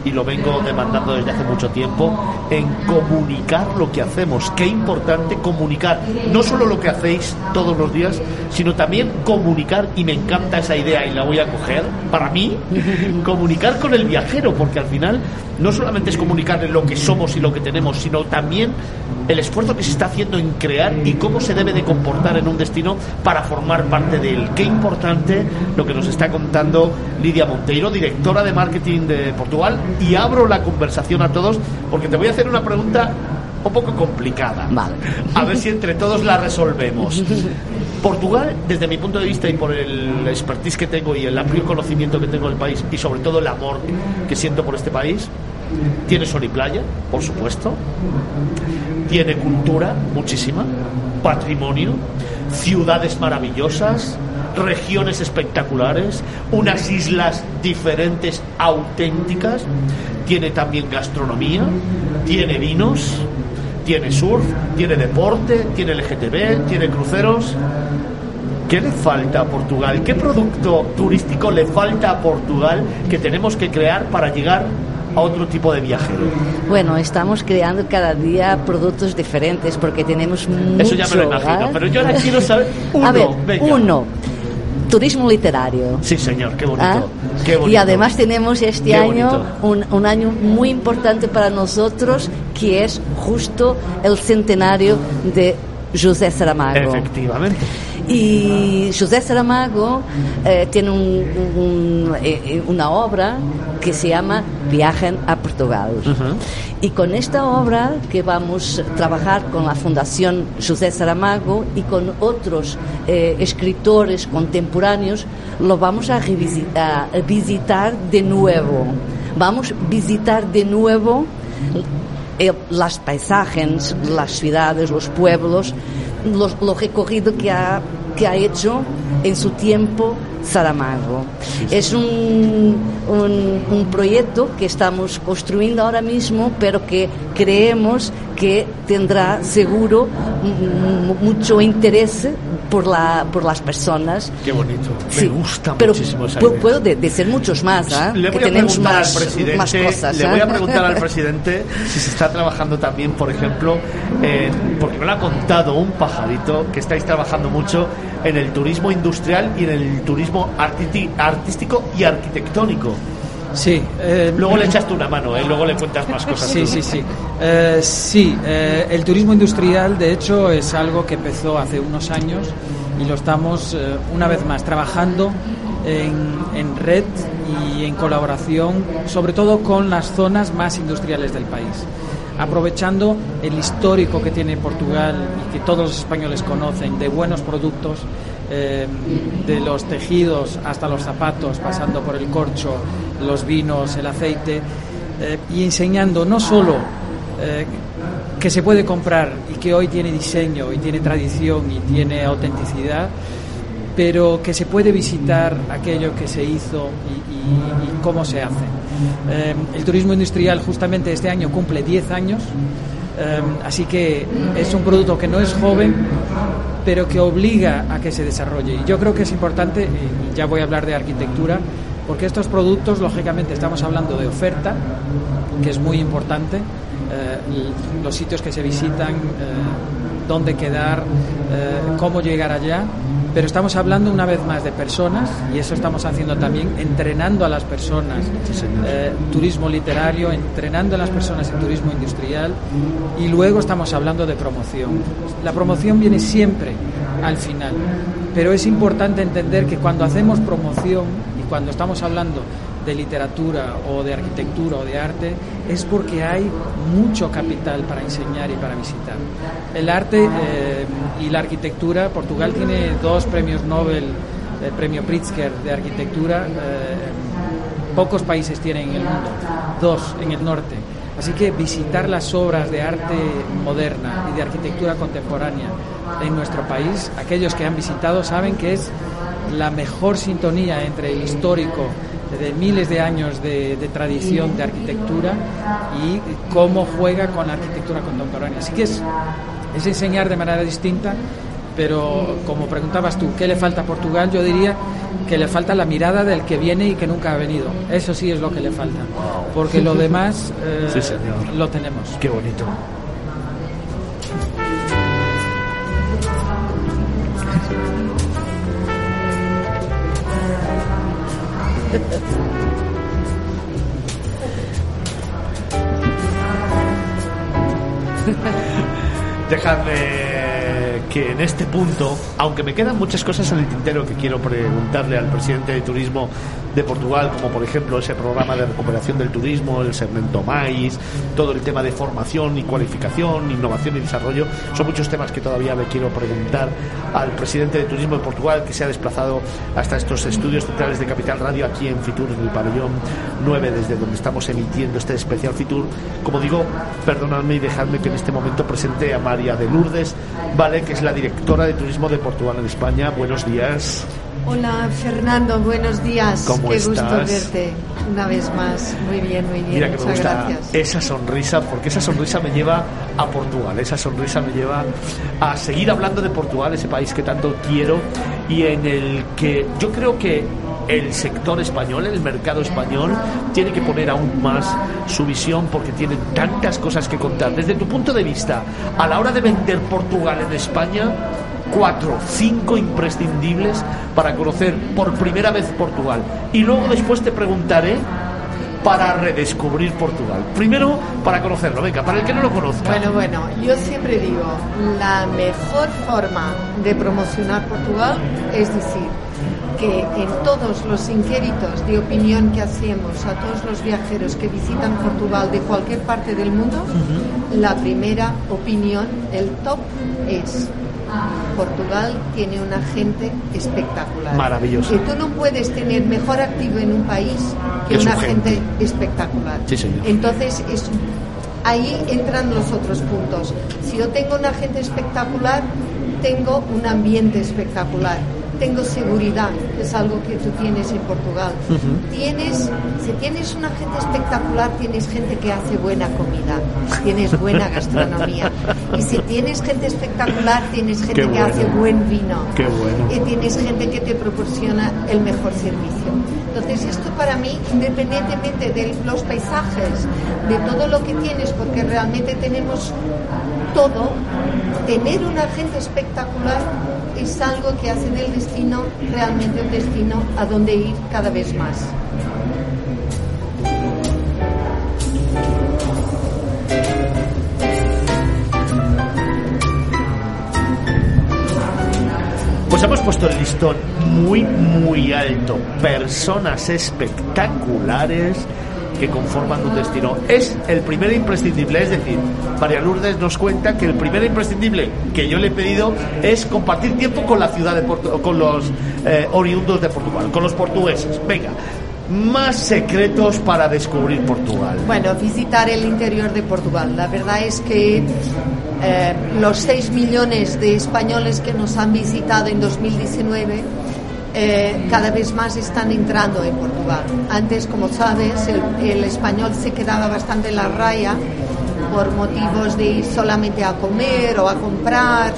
Speaker 1: y lo vengo demandando desde hace mucho tiempo, en comunicar lo que hacemos. Qué importante comunicar, no solo lo que hacéis todos los días, sino también comunicar, y me encanta esa idea y la voy a coger, para mí, comunicar con el viajero, porque al final no solamente es comunicarle lo que somos y lo que tenemos, sino también el esfuerzo que se está haciendo en crear y cómo se debe de comportar en un destino para formar parte de él. Qué importante lo que nos está contando Lidia Monteiro, directora de marketing de Portugal, y abro la conversación a todos porque te voy a hacer una pregunta un poco complicada.
Speaker 5: Vale.
Speaker 1: A ver si entre todos la resolvemos. Portugal, desde mi punto de vista y por el expertise que tengo y el amplio conocimiento que tengo del país y sobre todo el amor que siento por este país, tiene sol y playa, por supuesto, tiene cultura, muchísima, patrimonio, ciudades maravillosas, regiones espectaculares, unas islas diferentes, auténticas, tiene también gastronomía, tiene vinos, tiene surf, tiene deporte, tiene LGTB, tiene cruceros. ¿Qué le falta a Portugal? ¿Qué producto turístico le falta a Portugal que tenemos que crear para llegar a otro tipo de viajero?
Speaker 5: Bueno, estamos creando cada día productos diferentes porque tenemos mucho.
Speaker 1: Eso ya me lo imagino, pero yo ahora quiero saber uno.
Speaker 5: A ver,
Speaker 1: venga.
Speaker 5: uno. Turismo literario.
Speaker 1: Sí, señor, qué bonito.
Speaker 5: ¿Ah?
Speaker 1: Qué bonito.
Speaker 5: Y además tenemos este
Speaker 1: Qué
Speaker 5: año un año muy importante para nosotros, que es justo el centenario de José Saramago.
Speaker 1: Efectivamente.
Speaker 5: Y José Saramago tiene una obra que se llama Viajen a Portugal.
Speaker 1: Uh-huh.
Speaker 5: Y con esta obra que vamos a trabajar con la Fundación José Saramago y con otros escritores contemporáneos, lo vamos a visitar de nuevo. Vamos a visitar de nuevo las paisajes, las ciudades, los pueblos, lo recorrido que ha hecho en su tiempo Saramago. Es un proyecto que estamos construyendo ahora mismo, pero que creemos que tendrá seguro mucho interés por las personas.
Speaker 1: Qué bonito.
Speaker 5: Sí,
Speaker 1: me gusta
Speaker 5: pero
Speaker 1: muchísimo esa idea.
Speaker 5: puedo decir muchos más,
Speaker 1: Le voy
Speaker 5: que
Speaker 1: a
Speaker 5: tenemos
Speaker 1: preguntar
Speaker 5: más,
Speaker 1: al presidente,
Speaker 5: más cosas.
Speaker 1: le voy a preguntar al presidente si se está trabajando también, por ejemplo, porque me lo ha contado un pajarito, que estáis trabajando mucho en el turismo industrial y en el turismo artístico y arquitectónico.
Speaker 4: Sí.
Speaker 1: Luego le echaste una mano, luego le cuentas más cosas.
Speaker 4: Sí. El turismo industrial, de hecho, es algo que empezó hace unos años y lo estamos, una vez más, trabajando en red y en colaboración, sobre todo con las zonas más industriales del país, aprovechando el histórico que tiene Portugal y que todos los españoles conocen, de buenos productos, de los tejidos hasta los zapatos, pasando por el corcho, los vinos, el aceite, y enseñando no solo que se puede comprar y que hoy tiene diseño y tiene tradición y tiene autenticidad, pero que se puede visitar aquello que se hizo y cómo se hace. El turismo industrial justamente este año cumple 10 años, así que es un producto que no es joven, pero que obliga a que se desarrolle. Y yo creo que es importante, y ya voy a hablar de arquitectura, porque estos productos, lógicamente, estamos hablando de oferta, que es muy importante, los sitios que se visitan, dónde quedar, cómo llegar allá, pero estamos hablando una vez más de personas, y eso estamos haciendo también, entrenando a las personas, turismo literario, entrenando a las personas en turismo industrial, y luego estamos hablando de promoción. La promoción viene siempre al final, pero es importante entender que cuando hacemos promoción y cuando estamos hablando de literatura o de arquitectura o de arte, es porque hay mucho capital para enseñar y para visitar. El arte y la arquitectura, Portugal tiene 2 premios Nobel, el premio Pritzker de arquitectura, pocos países tienen en el mundo, 2 en el norte. Así que visitar las obras de arte moderna y de arquitectura contemporánea en nuestro país, aquellos que han visitado saben que es la mejor sintonía entre el histórico de miles de años de tradición de arquitectura y cómo juega con la arquitectura contemporánea. Así que es enseñar de manera distinta Pero como preguntabas tú, ¿qué le falta a Portugal? Yo diría que le falta la mirada del que viene y que nunca ha venido. Eso sí es lo que le falta, porque lo demás
Speaker 1: sí, señor,
Speaker 4: lo tenemos.
Speaker 1: Qué bonito. Dejadme que en este punto, aunque me quedan muchas cosas en el tintero que quiero preguntarle al presidente de Turismo de Portugal, como por ejemplo ese programa de recuperación del turismo, el Segmento Mais, todo el tema de formación y cualificación, innovación y desarrollo, son muchos temas que todavía le quiero preguntar al presidente de Turismo de Portugal, que se ha desplazado hasta estos estudios centrales de Capital Radio aquí en Fitur, en el pabellón 9, desde donde estamos emitiendo este especial Fitur. Como digo, perdonadme y dejadme que en este momento presente a María de Lourdes, vale, que es la directora de Turismo de Portugal en España. Buenos días.
Speaker 6: Hola Fernando, buenos días.
Speaker 1: ¿Cómo estás?
Speaker 6: Qué gusto verte una vez más. Muy bien, muy bien.
Speaker 1: Mira que
Speaker 6: muchas
Speaker 1: me gusta
Speaker 6: gracias.
Speaker 1: Esa sonrisa, porque esa sonrisa me lleva a Portugal, esa sonrisa me lleva a seguir hablando de Portugal, ese país que tanto quiero y en el que yo creo que el sector español, el mercado español, tiene que poner aún más su visión, porque tiene tantas cosas que contar. Desde tu punto de vista, a la hora de vender Portugal en España, 4, 5 imprescindibles para conocer por primera vez Portugal. Y luego después te preguntaré para redescubrir Portugal. Primero, para conocerlo. Venga, para el que no lo conozca.
Speaker 6: Bueno, yo siempre digo, la mejor forma de promocionar Portugal es decir que en todos los inquéritos de opinión que hacemos a todos los viajeros que visitan Portugal de cualquier parte del mundo, la primera opinión, el top, es: Portugal tiene una gente espectacular.
Speaker 1: Maravilloso.
Speaker 6: Y tú no puedes tener mejor activo en un país que una gente espectacular.
Speaker 1: Sí, señor.
Speaker 6: Entonces, ahí entran los otros puntos. Si yo tengo una gente espectacular, tengo un ambiente espectacular. Tengo seguridad, que es algo que tú tienes en Portugal. Si tienes una gente espectacular, tienes gente que hace buena comida, tienes buena gastronomía. Y si tienes gente espectacular, tienes gente que hace buen vino.
Speaker 1: Qué bueno.
Speaker 6: Y tienes gente que te proporciona el mejor servicio. Entonces, esto para mí, independientemente de los paisajes, de todo lo que tienes, porque realmente tenemos todo, tener una gente espectacular es algo que hace del destino realmente un destino a donde ir cada vez más.
Speaker 1: Pues hemos puesto el listón muy, muy alto. Personas espectaculares que conforman un destino. Es el primer imprescindible, es decir, María Lourdes nos cuenta que el primer imprescindible que yo le he pedido es compartir tiempo con la ciudad de con los oriundos de Portugal, con los portugueses. Venga, más secretos para descubrir Portugal.
Speaker 6: Bueno, visitar el interior de Portugal. La verdad es que los 6 millones de españoles que nos han visitado en 2019 cada vez más están entrando en Portugal. Antes, como sabes, el español se quedaba bastante en la raya por motivos de ir solamente a comer o a comprar,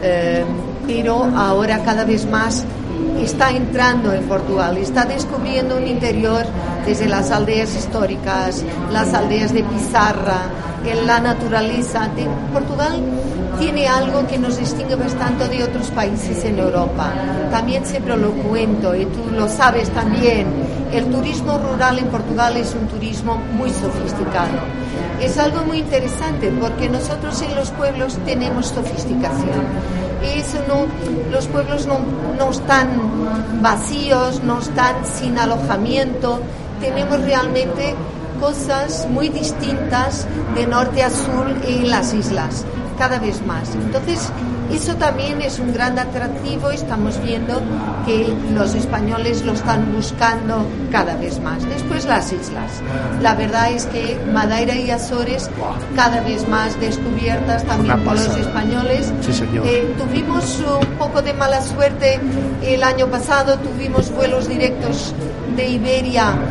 Speaker 6: pero ahora cada vez más está entrando en Portugal, está descubriendo un interior desde las aldeas históricas, las aldeas de pizarra, en la naturaleza. Portugal tiene algo que nos distingue bastante de otros países en Europa. También siempre lo cuento, y tú lo sabes también, el turismo rural en Portugal es un turismo muy sofisticado. Es algo muy interesante porque nosotros en los pueblos tenemos sofisticación. Eso los pueblos no están vacíos, no están sin alojamiento. Tenemos realmente cosas muy distintas de norte a sur en las islas, cada vez más. Entonces, eso también es un gran atractivo. Estamos viendo que los españoles lo están buscando cada vez más. Después las islas. La verdad es que Madeira y Azores cada vez más descubiertas también por los españoles.
Speaker 1: Sí, señor.
Speaker 6: Tuvimos un poco de mala suerte el año pasado. Tuvimos vuelos directos de Iberia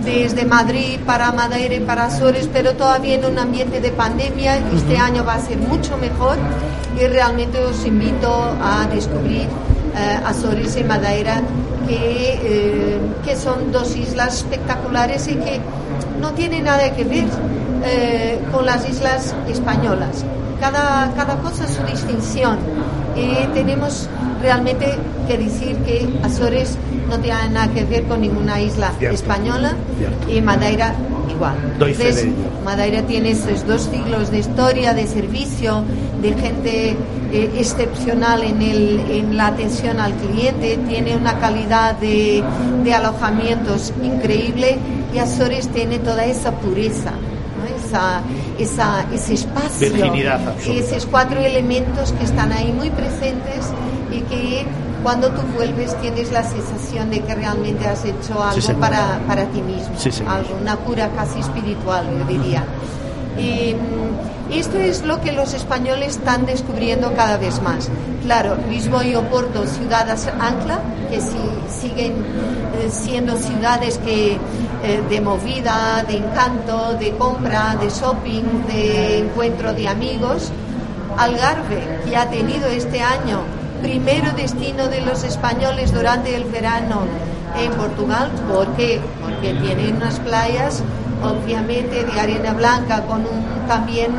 Speaker 6: desde Madrid para Madeira y para Azores, pero todavía en un ambiente de pandemia. Este año va a ser mucho mejor y realmente os invito a descubrir Azores y Madeira, que son dos islas espectaculares y que no tienen nada que ver con las islas españolas. Cada cosa es su distinción y tenemos realmente que decir que Azores no tiene nada que ver con ninguna isla española y Madeira igual. Entonces, Madeira tiene esos 2 siglos de historia, de servicio, de gente excepcional en la atención al cliente, tiene una calidad de alojamientos increíble y Azores tiene toda esa pureza, ¿no? Ese espacio,
Speaker 1: virginidad absoluta.
Speaker 6: Esos 4 elementos que están ahí muy presentes y que cuando tú vuelves tienes la sensación de que realmente has hecho algo para ti mismo, algo, una cura casi espiritual, yo diría. Y esto es lo que los españoles están descubriendo cada vez más. Claro, Lisboa y Oporto, ciudades ancla, que siguen siendo ciudades de movida, de encanto, de compra, de shopping, de encuentro de amigos. Algarve, que ha tenido este año primero destino de los españoles durante el verano en Portugal. ¿Por qué? Porque tiene unas playas obviamente de arena blanca con también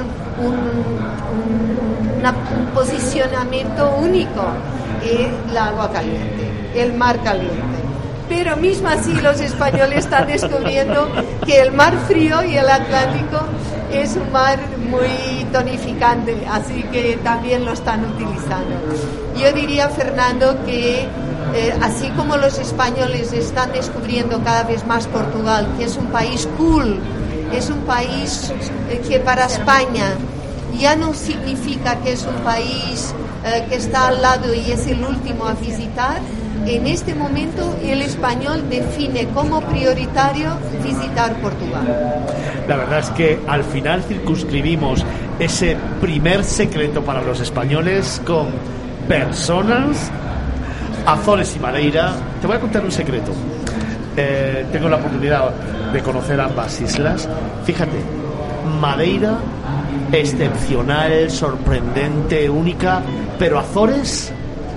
Speaker 6: un posicionamiento único, el agua caliente, el mar caliente. Pero mismo así los españoles están descubriendo que el mar frío y el Atlántico es un mar muy tonificante, así que también lo están utilizando. Yo diría, Fernando, que así como los españoles están descubriendo cada vez más Portugal, que es un país cool, es un país que para España ya no significa que es un país que está al lado y es el último a visitar. En este momento el español define como prioritario visitar Portugal.
Speaker 1: La verdad es que al final circunscribimos ese primer secreto para los españoles con personas, Azores y Madeira. Te voy a contar un secreto. Tengo la oportunidad de conocer ambas islas. Fíjate, Madeira, excepcional, sorprendente, única, pero Azores,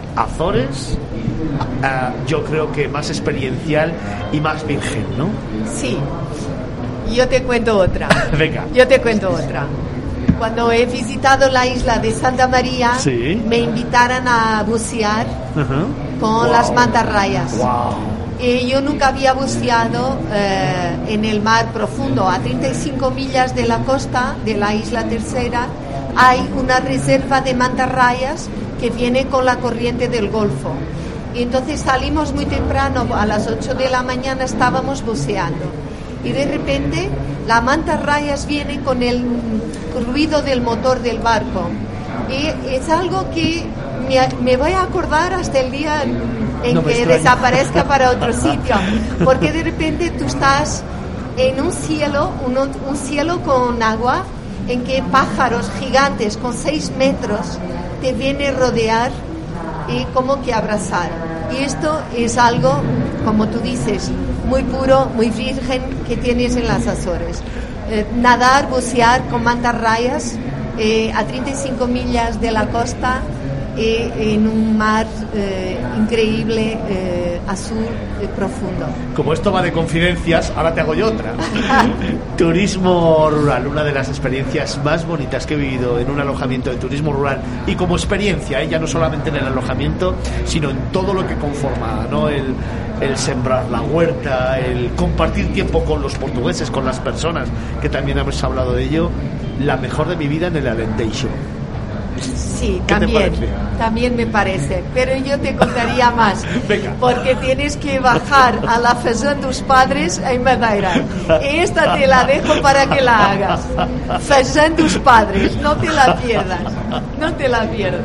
Speaker 1: yo creo que más experiencial y más virgen, ¿no?
Speaker 6: Sí, yo te cuento otra.
Speaker 1: Venga.
Speaker 6: Yo te cuento otra. Cuando he visitado la isla de Santa María, me invitaron a bucear con las mantarrayas. Yo nunca había buceado en el mar profundo. A 35 millas de la costa de la isla Tercera hay una reserva de mantarrayas que viene con la corriente del Golfo. Y entonces salimos muy temprano, a las 8 de la mañana estábamos buceando. Y de repente la mantarrayas viene con el ruido del motor del barco. Y es algo que me voy a acordar hasta el día en que desaparezca para otro sitio. Porque de repente tú estás en un cielo con agua, en que pájaros gigantes con 6 metros te vienen a rodear y como que abrazar. Y esto es algo, como tú dices, muy puro, muy virgen que tienes en las Azores. Nadar, bucear con mantarrayas a 35 millas de la costa en un mar increíble, azul, profundo.
Speaker 1: Como esto va de confidencias, ahora te hago yo otra. Turismo rural, una de las experiencias más bonitas que he vivido en un alojamiento de turismo rural, y como experiencia, ya no solamente en el alojamiento, sino en todo lo que conforma, ¿no? El sembrar la huerta, el compartir tiempo con los portugueses, con las personas, que también hemos hablado de ello. La mejor de mi vida en el Alentejo.
Speaker 6: Sí, también me parece, pero yo te contaría más.
Speaker 1: Venga.
Speaker 6: Porque tienes que bajar a la Fazenda dos Padres en Madeira. Esta te la dejo para que la hagas. Fazenda dos Padres, no te la pierdas. No te la pierdas.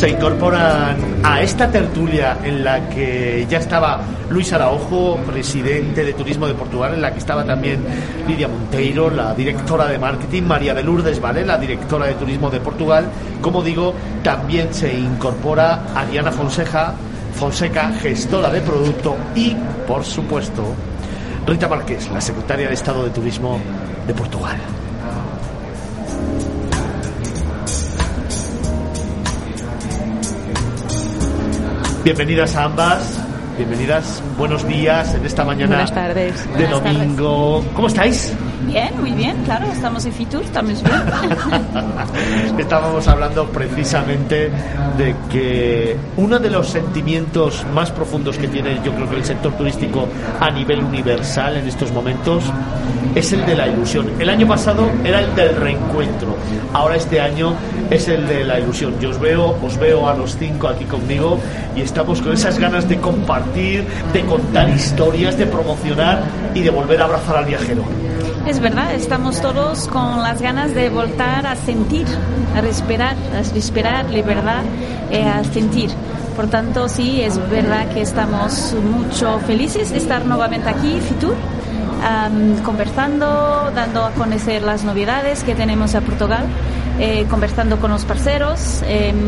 Speaker 1: Se incorporan a esta tertulia en la que ya estaba Luis Araujo, presidente de Turismo de Portugal, en la que estaba también Lidia Monteiro, la directora de marketing, María de Lourdes Vale, la directora de Turismo de Portugal. Como digo, también se incorpora Ariana Fonseca, gestora de producto, y, por supuesto, Rita Marqués, la secretaria de Estado de Turismo de Portugal. Bienvenidas a ambas, bienvenidas, buenos días en esta mañana.
Speaker 7: Buenas tardes.
Speaker 1: De domingo. ¿Cómo estáis?
Speaker 7: Bien, muy bien, claro, estamos en Fitur, estamos bien.
Speaker 1: Estábamos hablando precisamente de que uno de los sentimientos más profundos que tiene, yo creo que el sector turístico a nivel universal en estos momentos, es el de la ilusión. El año pasado era el del reencuentro, ahora este año es el de la ilusión. Yo os veo a los 5 aquí conmigo y estamos con esas ganas de compartir, de contar historias, de promocionar y de volver a abrazar al viajero.
Speaker 7: Es verdad, estamos todos con las ganas de volver a sentir, a respirar libertad, a sentir. Por tanto, sí, es verdad que estamos mucho felices de estar nuevamente aquí, Fitur, conversando, dando a conocer las novedades que tenemos a Portugal, conversando con los parceros,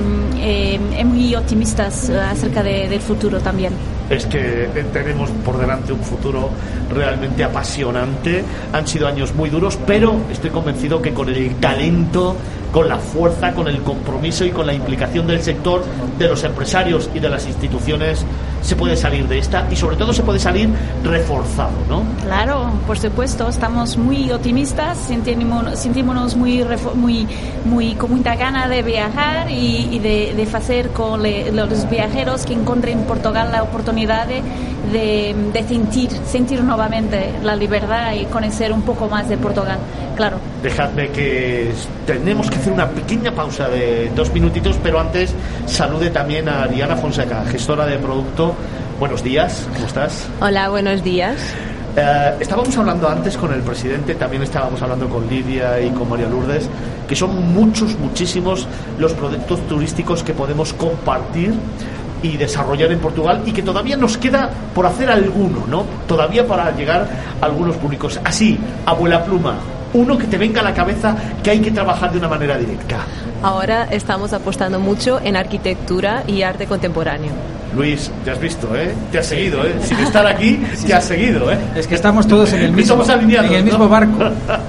Speaker 7: muy optimistas acerca del futuro también.
Speaker 1: Es que tenemos por delante un futuro realmente apasionante. Han sido años muy duros, pero estoy convencido que con el talento, con la fuerza, con el compromiso y con la implicación del sector, de los empresarios y de las instituciones, se puede salir de esta, y sobre todo se puede salir reforzado, ¿no? Claro,
Speaker 7: por supuesto, estamos muy optimistas, sentimos muy con mucha gana de viajar y de hacer con los viajeros que encuentren en Portugal la oportunidad de sentir nuevamente la libertad y conocer un poco más de Portugal, claro.
Speaker 1: Dejadme que tenemos que hacer una pequeña pausa de 2 minutitos, pero antes salude también a Ariana Fonseca, gestora de producto. Buenos días, ¿cómo estás?
Speaker 8: Hola, buenos días.
Speaker 1: Estábamos hablando antes con el presidente, también estábamos hablando con Lidia y con María Lourdes, que son muchísimos los productos turísticos que podemos compartir y desarrollar en Portugal, y que todavía nos queda por hacer alguno, ¿no? Todavía para llegar a algunos públicos. Así, abuela pluma, uno que te venga a la cabeza que hay que trabajar de una manera directa.
Speaker 8: Ahora estamos apostando mucho en arquitectura y arte contemporáneo.
Speaker 1: Luis, te has visto, te has seguido, sin estar aquí, te has seguido,
Speaker 4: Es que estamos todos en el mismo, mismo barco.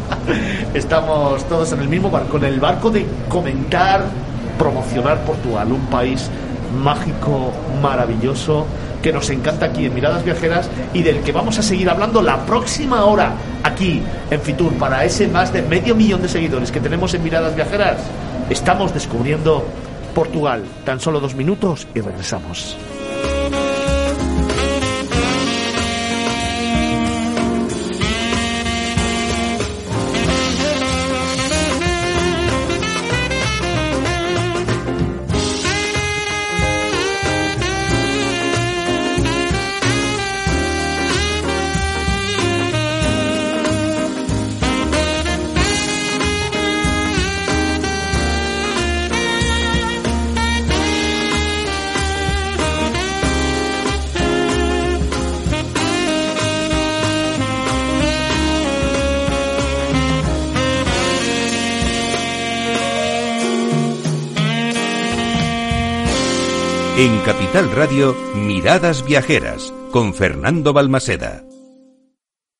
Speaker 1: Estamos todos en el mismo barco, en el barco de comentar, promocionar Portugal, un país mágico, maravilloso, que nos encanta aquí en Miradas Viajeras, y del que vamos a seguir hablando la próxima hora aquí en Fitur, para ese más de 500.000 de seguidores que tenemos en Miradas Viajeras. Estamos descubriendo Portugal. Tan solo 2 minutos y regresamos.
Speaker 3: En Capital Radio, Miradas Viajeras, con Fernando Balmaseda.